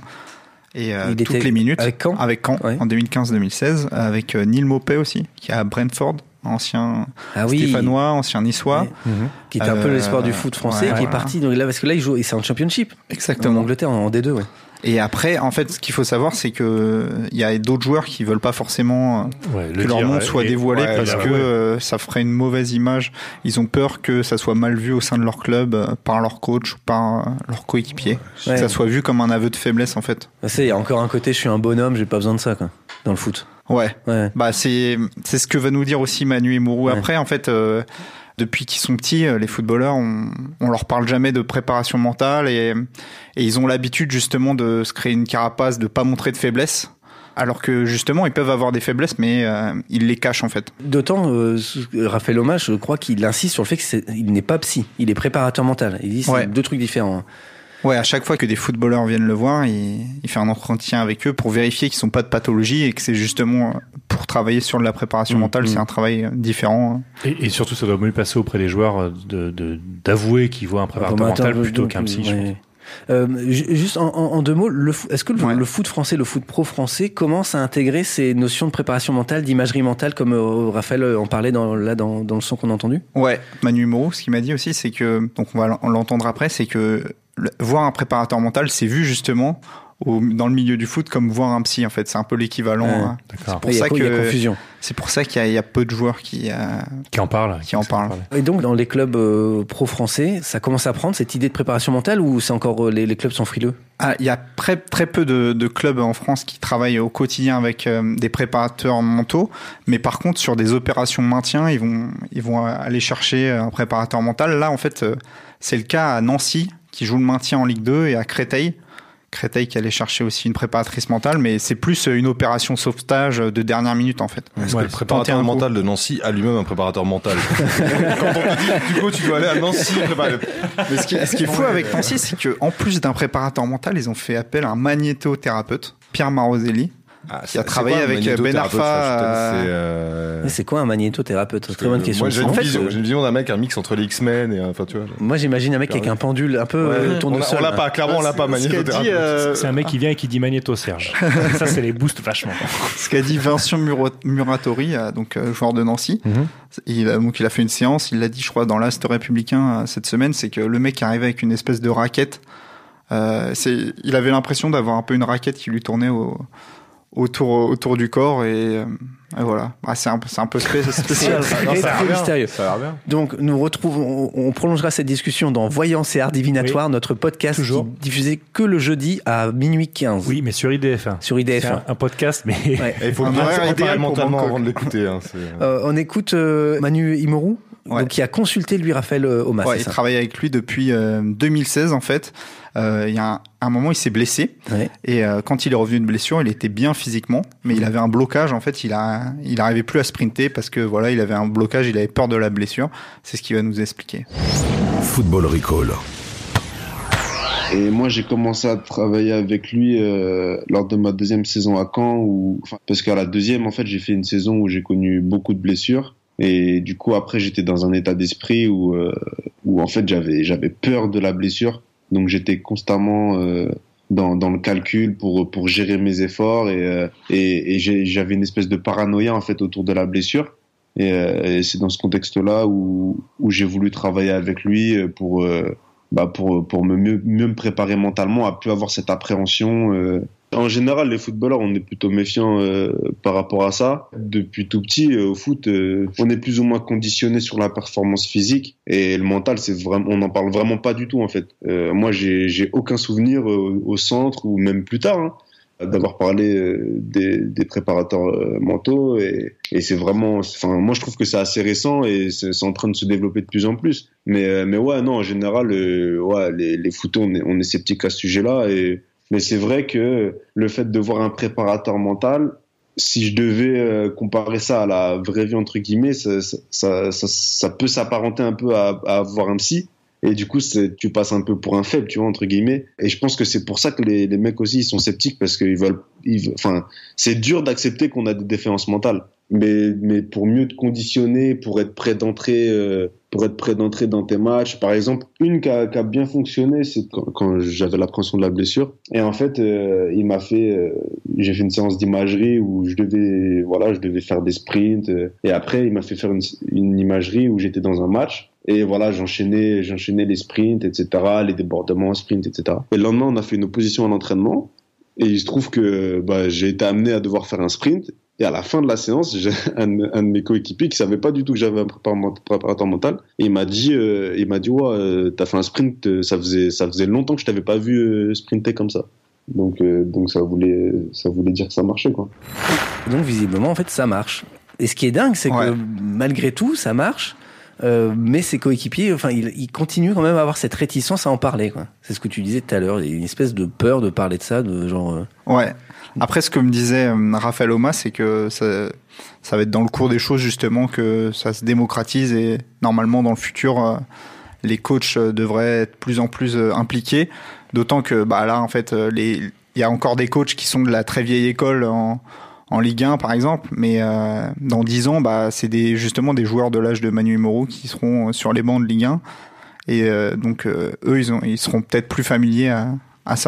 Et euh, toutes les minutes avec Caen, avec Caen ouais. en deux mille quinze deux mille seize, avec euh, Neil Maupay aussi, qui est à Brentford, ancien ah oui. Stéphanois, ancien Niçois, ouais. mmh. qui était un peu euh, l'espoir du foot français, ouais, qui voilà. est parti donc là parce que là il joue, et c'est en Championship, exactement, en Angleterre en D deux, ouais. Et après, en fait, ce qu'il faut savoir, c'est que il y a d'autres joueurs qui veulent pas forcément ouais, que leur nom ouais, soit dévoilé ouais, parce que ouais. euh, ça ferait une mauvaise image. Ils ont peur que ça soit mal vu au sein de leur club euh, par leur coach ou par euh, leur coéquipier, ouais. que ça soit vu comme un aveu de faiblesse en fait. Il y a encore un côté, je suis un bonhomme, j'ai pas besoin de ça quoi, dans le foot. Ouais. ouais. Bah c'est c'est ce que va nous dire aussi Manu Imourou. Ouais. Après, en fait. Euh, Depuis qu'ils sont petits, les footballeurs, on, on leur parle jamais de préparation mentale et, et ils ont l'habitude justement de se créer une carapace, de pas montrer de faiblesse. Alors que justement, ils peuvent avoir des faiblesses, mais euh, ils les cachent en fait. D'autant, euh, Raphaël Oma, je crois qu'il insiste sur le fait qu'il n'est pas psy, il est préparateur mental. Il dit c'est ouais. deux trucs différents. Ouais, à chaque fois que des footballeurs viennent le voir, il, il fait un entretien avec eux pour vérifier qu'ils sont pas de pathologie et que c'est justement pour travailler sur de la préparation mmh, mentale, mmh. c'est un travail différent. Et, et surtout, ça doit mieux passer auprès des joueurs de, de, d'avouer qu'ils voient un préparateur mental plutôt qu'un psy. Ouais. Euh, juste en, en, en deux mots, le, est-ce que le, ouais. le foot français, le foot pro français commence à intégrer ces notions de préparation mentale, d'imagerie mentale, comme euh, Raphaël en parlait dans, là dans, dans le son qu'on a entendu? Ouais, Manu Moreau, ce qu'il m'a dit aussi, c'est que, donc on va l'entendre après, c'est que le, voir un préparateur mental, c'est vu justement au, dans le milieu du foot comme voir un psy en fait. C'est un peu l'équivalent. Ouais, hein. d'accord. C'est pour Et ça il y a, que il y a confusion. C'est pour ça qu'il y a, il y a peu de joueurs qui euh, qui en parlent. Qui en parlent. Et donc dans les clubs euh, pro français, ça commence à prendre cette idée de préparation mentale ou c'est encore euh, les, les clubs sont frileux? Ah, il y a très très peu de, de clubs en France qui travaillent au quotidien avec euh, des préparateurs mentaux, mais par contre sur des opérations maintien, ils vont ils vont aller chercher un préparateur mental. Là en fait, euh, c'est le cas à Nancy qui joue le maintien en Ligue deux et à Créteil. Créteil qui allait chercher aussi une préparatrice mentale, mais c'est plus une opération sauvetage de dernière minute en fait. Est-ce ouais, que le préparateur mental de Nancy a lui-même un préparateur mental? Quand on te dit, du coup, tu dois aller à Nancy préparer. Mais ce qui, ce qui est fou avec Nancy, c'est qu'en plus d'un préparateur mental, ils ont fait appel à un magnétothérapeute, Pierre Maroselli, ah, qui a travaillé avec Ben Arfa. C'est euh... c'est quoi un magnétothérapeute? C'est une très bonne question. Moi, j'ai une, vision, j'ai une vision d'un mec, un mix entre les X-Men et enfin tu vois. Moi, j'imagine un mec avec un pendule un peu ouais. autour de sol. On l'a pas, clairement, on l'a pas magnétothérapeute. Euh... C'est un mec qui vient et qui dit magnéto Serge. Ça, c'est les boosts vachement. Ce qu'a dit Vincent Muratori, donc joueur de Nancy, mm-hmm. il, donc il a fait une séance, il l'a dit, je crois, dans l'Ast républicain cette semaine, c'est que le mec arrivait avec une espèce de raquette. Euh, c'est, il avait l'impression d'avoir un peu une raquette qui lui tournait au autour autour du corps et, euh, et voilà. Ah, c'est un c'est un peu spécial. C'est non, ça a l'air mystérieux. Ça a l'air bien. Donc nous retrouvons, on, on prolongera cette discussion dans Voyance et Art Divinatoire, oui. Notre podcast Toujours. Qui diffusé que le jeudi à minuit quinze. Oui, mais sur I D F un. Sur I D F un. Un, un podcast, mais ouais. Il faut le préparer mentalement avant de l'écouter. Hein, euh, on écoute euh, Manu Imoru. Ouais. Donc, qui a consulté lui Raphaël Omas. Ouais, il travaille avec lui depuis euh, deux mille seize en fait. Euh, il y a un, un moment, il s'est blessé ouais. et euh, quand il est revenu de blessure, il était bien physiquement, mais il avait un blocage. En fait, il a, il arrivait plus à sprinter parce que voilà, il avait un blocage, il avait peur de la blessure. C'est ce qu'il va nous expliquer. Football Recall. Et moi, j'ai commencé à travailler avec lui euh, lors de ma deuxième saison à Caen, où, enfin, parce qu'à la deuxième, en fait, j'ai fait une saison où j'ai connu beaucoup de blessures. Et du coup, après, j'étais dans un état d'esprit où, euh, où en fait, j'avais, j'avais peur de la blessure. Donc, j'étais constamment euh, dans, dans le calcul pour, pour gérer mes efforts. Et, euh, et, et j'ai, j'avais une espèce de paranoïa, en fait, autour de la blessure. Et, euh, et c'est dans ce contexte-là où, où j'ai voulu travailler avec lui pour, euh, bah pour, pour me mieux, mieux me préparer mentalement, à plus avoir cette appréhension. Euh, En général, les footballeurs, on est plutôt méfiants euh, par rapport à ça. Depuis tout petit, euh, au foot, euh, on est plus ou moins conditionné sur la performance physique et le mental, c'est vraiment, on n'en parle vraiment pas du tout en fait. Euh, moi, j'ai, j'ai aucun souvenir euh, au centre ou même plus tard hein, d'avoir parlé euh, des, des préparateurs euh, mentaux et, et c'est vraiment, enfin, moi je trouve que c'est assez récent et c'est, c'est en train de se développer de plus en plus. Mais, euh, mais ouais, non, en général, euh, ouais, les, les footeux, on est, on est sceptiques à ce sujet-là et mais c'est vrai que le fait de voir un préparateur mental, si je devais euh, comparer ça à la vraie vie, entre guillemets, ça, ça, ça, ça, ça peut s'apparenter un peu à, à voir un psy. Et du coup, c'est, tu passes un peu pour un faible, tu vois, entre guillemets. Et je pense que c'est pour ça que les, les mecs aussi, ils sont sceptiques parce qu'ils veulent, ils, enfin, c'est dur d'accepter qu'on a des défaillances mentales. Mais, mais pour mieux te conditionner, pour être prêt d'entrer, euh, pour être prêt d'entrer dans tes matchs. Par exemple, une qui a, qui a bien fonctionné, c'est quand, quand j'avais l'appréhension de la blessure. Et en fait, euh, il m'a fait, euh, j'ai fait une séance d'imagerie où je devais, voilà, je devais faire des sprints. Euh, et après, il m'a fait faire une, une imagerie où j'étais dans un match. Et voilà, j'enchaînais, j'enchaînais les sprints, et cetera, les débordements, sprints, et cetera. Et le lendemain, on a fait une opposition à l'entraînement. Et il se trouve que bah, j'ai été amené à devoir faire un sprint. Et à la fin de la séance, j'ai un, un de mes coéquipiers qui savait pas du tout que j'avais un préparateur mental. Et il m'a dit, euh, il m'a dit, ouais, euh, t'as fait un sprint, ça faisait, ça faisait longtemps que je t'avais pas vu euh, sprinter comme ça. Donc, euh, donc ça voulait, ça voulait dire que ça marchait, quoi. Donc visiblement, en fait, ça marche. Et ce qui est dingue, c'est ouais. que malgré tout, ça marche. Euh, mais ses coéquipiers, enfin, ils, ils continuent quand même à avoir cette réticence à en parler, quoi. C'est ce que tu disais tout à l'heure. Il y a une espèce de peur de parler de ça, de genre. Euh... Ouais. Après, ce que me disait euh, Raphaël Omas, c'est que ça, ça va être dans le cours des choses justement que ça se démocratise et normalement dans le futur, euh, les coachs euh, devraient être de plus en plus euh, impliqués. D'autant que bah là, en fait, euh, les, il y a encore des coachs qui sont de la très vieille école en, en Ligue un, par exemple, mais euh, dans dix ans, bah c'est des justement des joueurs de l'âge de Manu Imoru qui seront sur les bancs de Ligue un et euh, donc euh, eux, ils ont, ils seront peut-être plus familiers à, à ça.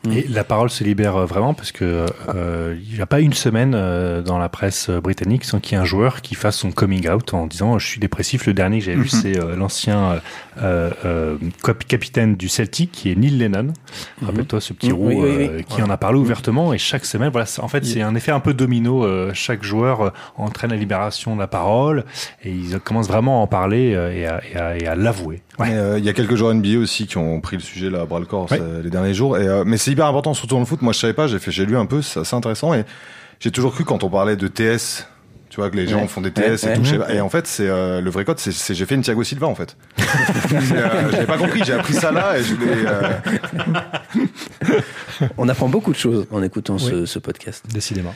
Et la parole se libère vraiment parce que euh, il n'y a pas une semaine euh, dans la presse britannique sans qu'il y ait un joueur qui fasse son coming out en disant je suis dépressif. Le dernier que j'avais mm-hmm. vu, c'est euh, l'ancien euh, euh, capitaine du Celtic qui est Neil Lennon. Mm-hmm. Rappelle-toi ce petit mm-hmm. roux oui, oui, oui. Euh, qui ouais. en a parlé ouvertement et chaque semaine, voilà, en fait, c'est un effet un peu domino. Euh, chaque joueur euh, entraîne la libération de la parole et ils commencent vraiment à en parler euh, et, à, et, à, et à l'avouer. Il ouais. euh, y a quelques joueurs N B A aussi qui ont pris le sujet là à bras le corps ouais. les derniers jours. Et, euh, mais c'est hyper important, surtout dans le foot. Moi, je savais pas. J'ai fait, j'ai lu un peu. C'est assez intéressant. Et j'ai toujours cru quand on parlait de T S, tu vois que les gens ouais. font des T S ouais. et tout. Ouais. Je sais pas. Et en fait, c'est euh, le vrai code. C'est, c'est j'ai fait une Thiago Silva en fait. euh, j'avais pas compris. J'ai appris ça là et je voulais. Euh... On apprend beaucoup de choses en écoutant oui. ce, ce podcast. Décidément.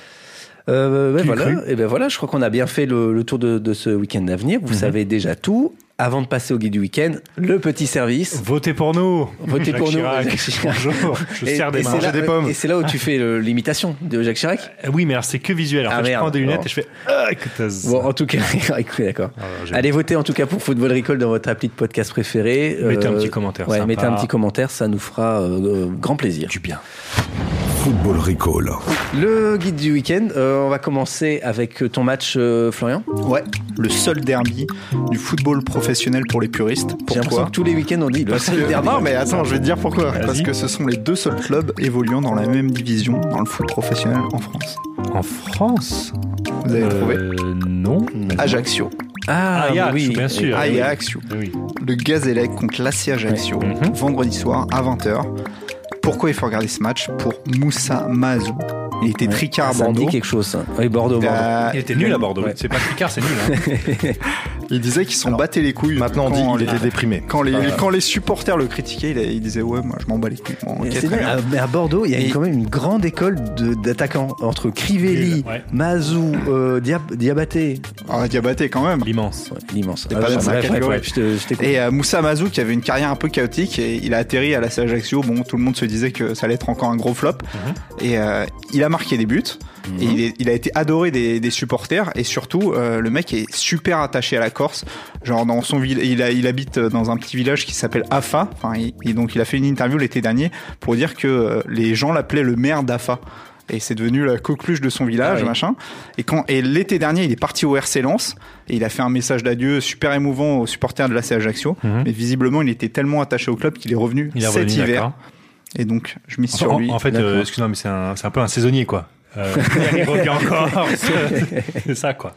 Euh, ben voilà, et ben voilà, je crois qu'on a bien fait le, le tour de, de ce week-end à venir. Vous mm-hmm. savez déjà tout. Avant de passer au guide du week-end, le petit service. Votez pour nous. Votez Jacques pour Chirac. nous. Jacques Chirac. Bonjour. Je et, sers des mains. Là, des pommes. Et c'est là où tu fais le, l'imitation de Jacques Chirac. Euh, oui, mais alors c'est que visuel. En ah, fait, merde. Je prends des lunettes bon. et je fais. Ah, écoute, bon, en tout cas, d'accord. Alors, allez voter en tout cas pour Football Recall dans votre appli de podcast préféré. Mettez euh, un petit commentaire. Ouais, sympa. mettez un petit commentaire, ça nous fera euh, grand plaisir. Du bien. Football Recall. Le guide du week-end, euh, on va commencer avec ton match, euh, Florian. Ouais, le seul derby du football professionnel pour les puristes. Pourquoi ? J'ai l'impression que tous les week-ends on dit le Parce seul que... derby. Non, mais attends, je vais te dire pourquoi. Vas-y. Parce que ce sont les deux seuls clubs évoluant dans la même division dans le foot professionnel en France. En France ? Vous avez euh, trouvé ? Non. Ajaccio. Ah, Ajax, oui, bien sûr. Ajaccio. Oui. Le Gazélec contre l'A C Ajaccio, mm-hmm. vendredi soir à vingt heures. Pourquoi il faut regarder ce match ? Pour Moussa Mazou. Il était ouais. tricard à Bordeaux. Ça me dit quelque chose, ça. Oui, Bordeaux, il, Bordeaux. A... il était nul à Bordeaux. Ouais. C'est pas tricard, c'est nul. Hein. Il disait qu'ils s'en battaient les couilles. Maintenant, on dit qu'il était déprimé. Quand les, voilà. quand les supporters le critiquaient, il, il disait ouais, moi je m'en bats les couilles. Bon, okay, c'est bien. Mais à Bordeaux, il y a et... quand même une grande école de, d'attaquants entre Crivelli, ouais. Mazou, euh, Diab- Diabaté. Ah, Diabaté quand même. L'immense. Ouais, l'immense. Ah, pas dans sa catégorie. Et euh, Moussa Mazou qui avait une carrière un peu chaotique et il a atterri à la C Ajaccio. Bon, tout le monde se disait que ça allait être encore un gros flop. Mm-hmm. Et euh, il a marqué des buts. Mmh. Et il, est, il a été adoré des, des supporters et surtout euh, le mec est super attaché à la Corse. Genre dans son ville, il, a, il habite dans un petit village qui s'appelle Afa. Enfin, il, il, donc il a fait une interview l'été dernier pour dire que euh, les gens l'appelaient le maire d'Afa. Et c'est devenu la coqueluche de son village, ah oui. machin. Et quand et l'été dernier, il est parti au R C Lens et il a fait un message d'adieu super émouvant aux supporters de l'A C Ajaccio. Mmh. Mais visiblement, il était tellement attaché au club qu'il est revenu il est cet revenu, hiver. D'accord. Et donc, je mise sur en, lui. En fait, euh, excuse-moi, mais c'est un, c'est un peu un saisonnier, quoi. Euh, il revient encore. C'est ça, quoi.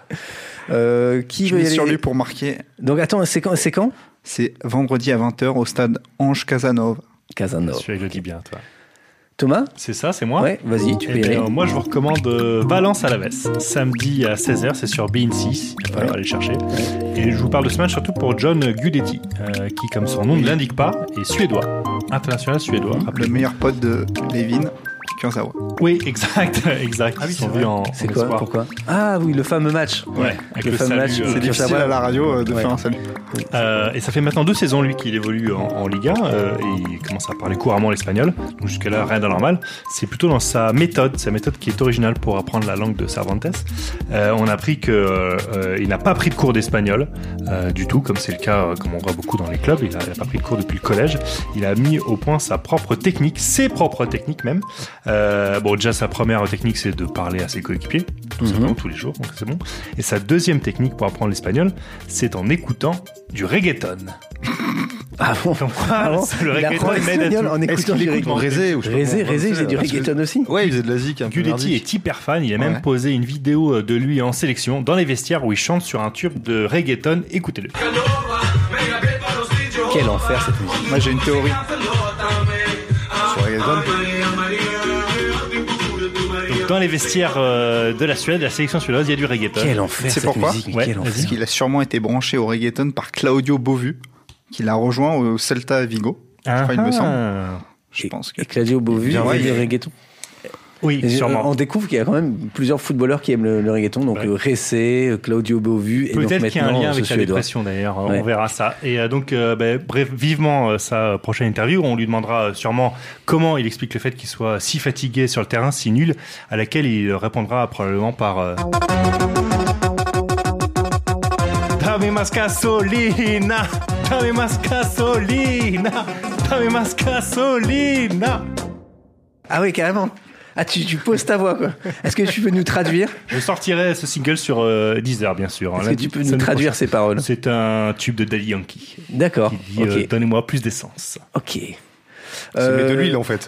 Euh, qui je mise sur lui pour marquer. Donc, attends, c'est quand, c'est quand ? C'est vendredi à vingt heures au stade Ange Casanova. Casanova. Je le dis bien, toi. Thomas ? C'est ça, c'est moi ? Ouais, vas-y, tu peux y aller. Euh, moi, je vous recommande euh, Valence à la Vesse. Samedi à seize heures, c'est sur B N six. Il va falloir ouais. aller chercher. Ouais. Et je vous parle de ce match surtout pour John Guidetti, euh, qui, comme son nom ne l'indique pas, est suédois. International suédois. Le meilleur pote de Levin. Kurzawa. Oui, exact, exact. Ah oui, c'est vrai. En, c'est en quoi espoir. Pourquoi ? Ah oui, le fameux match. Ouais, avec le, le fameux match. Euh, c'est difficile à la radio euh, de ouais. faire un salut. Euh, et ça fait maintenant deux saisons lui qu'il évolue en, en Liga euh, et il commence à parler couramment l'espagnol. Donc jusqu'à là, rien d'anormal. C'est plutôt dans sa méthode, sa méthode qui est originale pour apprendre la langue de Cervantes. Euh, on a appris que euh, il n'a pas pris de cours d'espagnol euh, du tout, comme c'est le cas, euh, comme on voit beaucoup dans les clubs. Il n'a pas pris de cours depuis le collège. Il a mis au point sa propre technique, ses propres techniques même. Euh, bon, déjà sa première technique, c'est de parler à ses coéquipiers, tout simplement mm-hmm. tous les jours, donc c'est bon. Et sa deuxième technique pour apprendre l'espagnol, c'est en écoutant du reggaeton. Ah bon, donc, quoi, ah bon le reggaeton m'aide à tout. En écoutant du reggaeton. Rézé, Rézé, Rézé, il faisait du reggaeton aussi. Ouais, il faisait de la zik. Guidetti est hyper fan. Il a même ouais. posé une vidéo de lui en sélection dans les vestiaires où il chante sur un tube de reggaeton. Écoutez-le. Quel enfer cette musique. Moi, j'ai une théorie sur reggaeton. Donc, dans les vestiaires euh, de la Suède, la sélection suédoise, il y a du reggaeton. Quel enfer. C'est cette pourquoi musique, ouais, quel enfer. Parce qu'il a sûrement été branché au reggaeton par Claudio Bovu, qui l'a rejoint au Celta Vigo. Ah je crois, il me semble. Je et, pense que. Et Claudio Bovu, il ouais, du reggaeton. Oui, et sûrement. On découvre qu'il y a quand même plusieurs footballeurs qui aiment le, le reggaeton, donc ouais. Récé, Claudio Bovu, et peut-être donc qu'il y a un lien avec Suédois. La dépression d'ailleurs, ouais. on verra ça. Et euh, donc, euh, bah, bref, vivement euh, sa prochaine interview, on lui demandera euh, sûrement comment il explique le fait qu'il soit si fatigué sur le terrain, si nul, à laquelle il répondra probablement par... Euh... Dame más gasolina, dame más gasolina, dame más gasolina. Ah oui, carrément. Ah, tu, tu poses ta voix, quoi. Est-ce que tu peux nous traduire? Je sortirai ce single sur euh, Deezer, bien sûr. Est-ce que tu peux nous traduire ces paroles? C'est un tube de Daddy Yankee. D'accord. Qui dit okay. euh, donnez-moi plus d'essence. Ok. C'est euh... de l'huile en fait.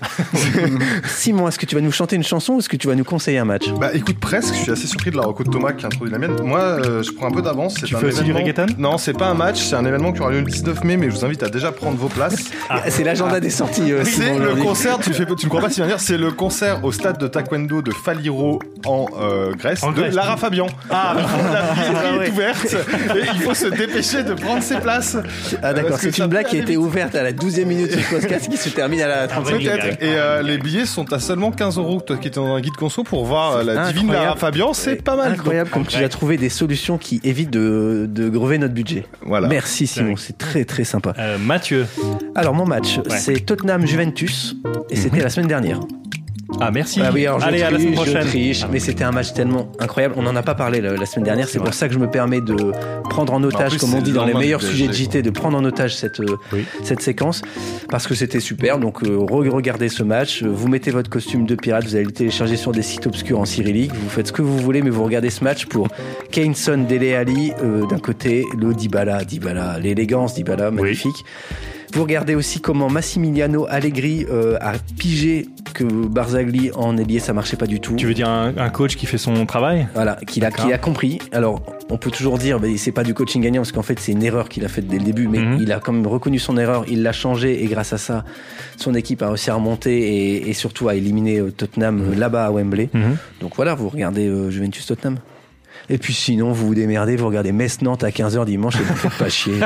Simon, est-ce que tu vas nous chanter une chanson ou est-ce que tu vas nous conseiller un match? Bah écoute, presque, je suis assez surpris de la reco de Thomas qui a introduit la mienne. Moi, euh, je prends un peu d'avance. Tu fais aussi du reggaeton? Non, c'est pas un match, c'est un événement qui aura lieu le dix-neuf mai, mais je vous invite à déjà prendre vos places. Ah. C'est l'agenda ah. des sorties. Euh, c'est le concert, tu, fais, tu ne crois pas si bien dire, c'est le concert au stade de taekwondo de Faliro en euh, Grèce, en de Grèce, Lara Fabian. Ah, la billetterie est ouverte et il faut se dépêcher de prendre ses places. Ah d'accord, c'est une blague qui a été ouverte à la douzième minute du podcast qui se termine à la trente-cinquième. Et euh, les billets sont à seulement quinze euros. Toi qui étais dans un guide conso pour voir euh, la incroyable. Divine Lara Fabian, c'est pas mal. Incroyable comme tu as trouvé des solutions qui évitent de, de grever notre budget. Voilà. Merci Simon, c'est très très sympa. Euh, Mathieu. Alors mon match, ouais. c'est Tottenham-Juventus et c'était mm-hmm. la semaine dernière. Ah merci. Ah oui, alors je Allez, triche, à la semaine prochaine. Je triche, mais c'était un match tellement incroyable. On n'en a pas parlé la, la semaine dernière. C'est, c'est pour ça que je me permets de prendre en otage, en plus, comme on dit dans les meilleurs sujets de J T, de prendre en otage cette oui. cette séquence parce que c'était super. Donc euh, regardez ce match. Vous mettez votre costume de pirate. Vous allez le télécharger sur des sites obscurs en cyrillique. Vous faites ce que vous voulez, mais vous regardez ce match pour Kane, Son, Dele Alli euh, d'un côté, le Dybala, Dybala, l'élégance Dybala, magnifique. Oui. Vous regardez aussi comment Massimiliano Allegri euh, a pigé que Barzagli en ailier ça marchait pas du tout. Tu veux dire un, un coach qui fait son travail? Voilà, qu'il a, qu'il a compris. Alors on peut toujours dire bah, c'est pas du coaching gagnant parce qu'en fait c'est une erreur qu'il a faite dès le début, mais mm-hmm. il a quand même reconnu son erreur, il l'a changé et grâce à ça son équipe a réussi à remonter et, et surtout à éliminer Tottenham mm-hmm. là-bas à Wembley. Mm-hmm. Donc voilà, vous regardez euh, Juventus Tottenham. Et puis sinon, vous vous démerdez, vous regardez Metz-Nantes à quinze heures dimanche et vous ne faites pas chier.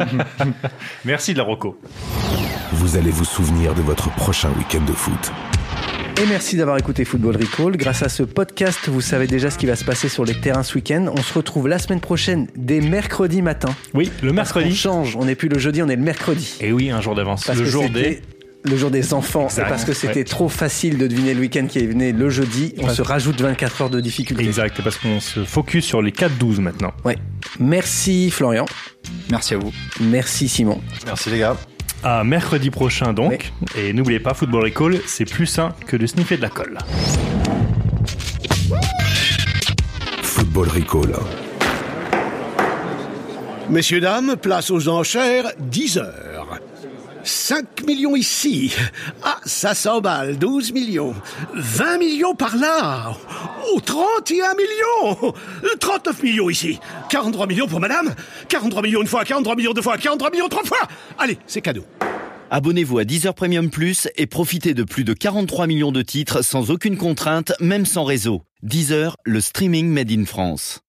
Merci de la reco. Vous allez vous souvenir de votre prochain week-end de foot. Et merci d'avoir écouté Football Recall. Grâce à ce podcast, vous savez déjà ce qui va se passer sur les terrains ce week-end. On se retrouve la semaine prochaine, dès mercredi matin. Oui, le mercredi. On change, on n'est plus le jeudi, on est le mercredi. Et oui, un jour d'avance. Parce le jour des... Le jour des enfants, exact. Et parce que c'était ouais. trop facile de deviner le week-end qui venait le jeudi, on ouais. se rajoute vingt-quatre heures de difficulté. Exact, parce qu'on se focus sur les quatre douze maintenant. Ouais. Merci Florian. Merci à vous. Merci Simon. Merci les gars. À mercredi prochain donc. Ouais. Et n'oubliez pas, Football Recall, c'est plus sain que de sniffer de la colle. Football Recall. Messieurs, dames, place aux enchères, dix heures. cinq millions ici. Ah, ça s'emballe. douze millions. vingt millions par là. Oh, trente et un millions. trente-neuf millions ici. quarante-trois millions pour madame. quarante-trois millions une fois, quarante-trois millions deux fois, quarante-trois millions trois fois. Allez, c'est cadeau. Abonnez-vous à Deezer Premium Plus et profitez de plus de quarante-trois millions de titres sans aucune contrainte, même sans réseau. Deezer, le streaming made in France.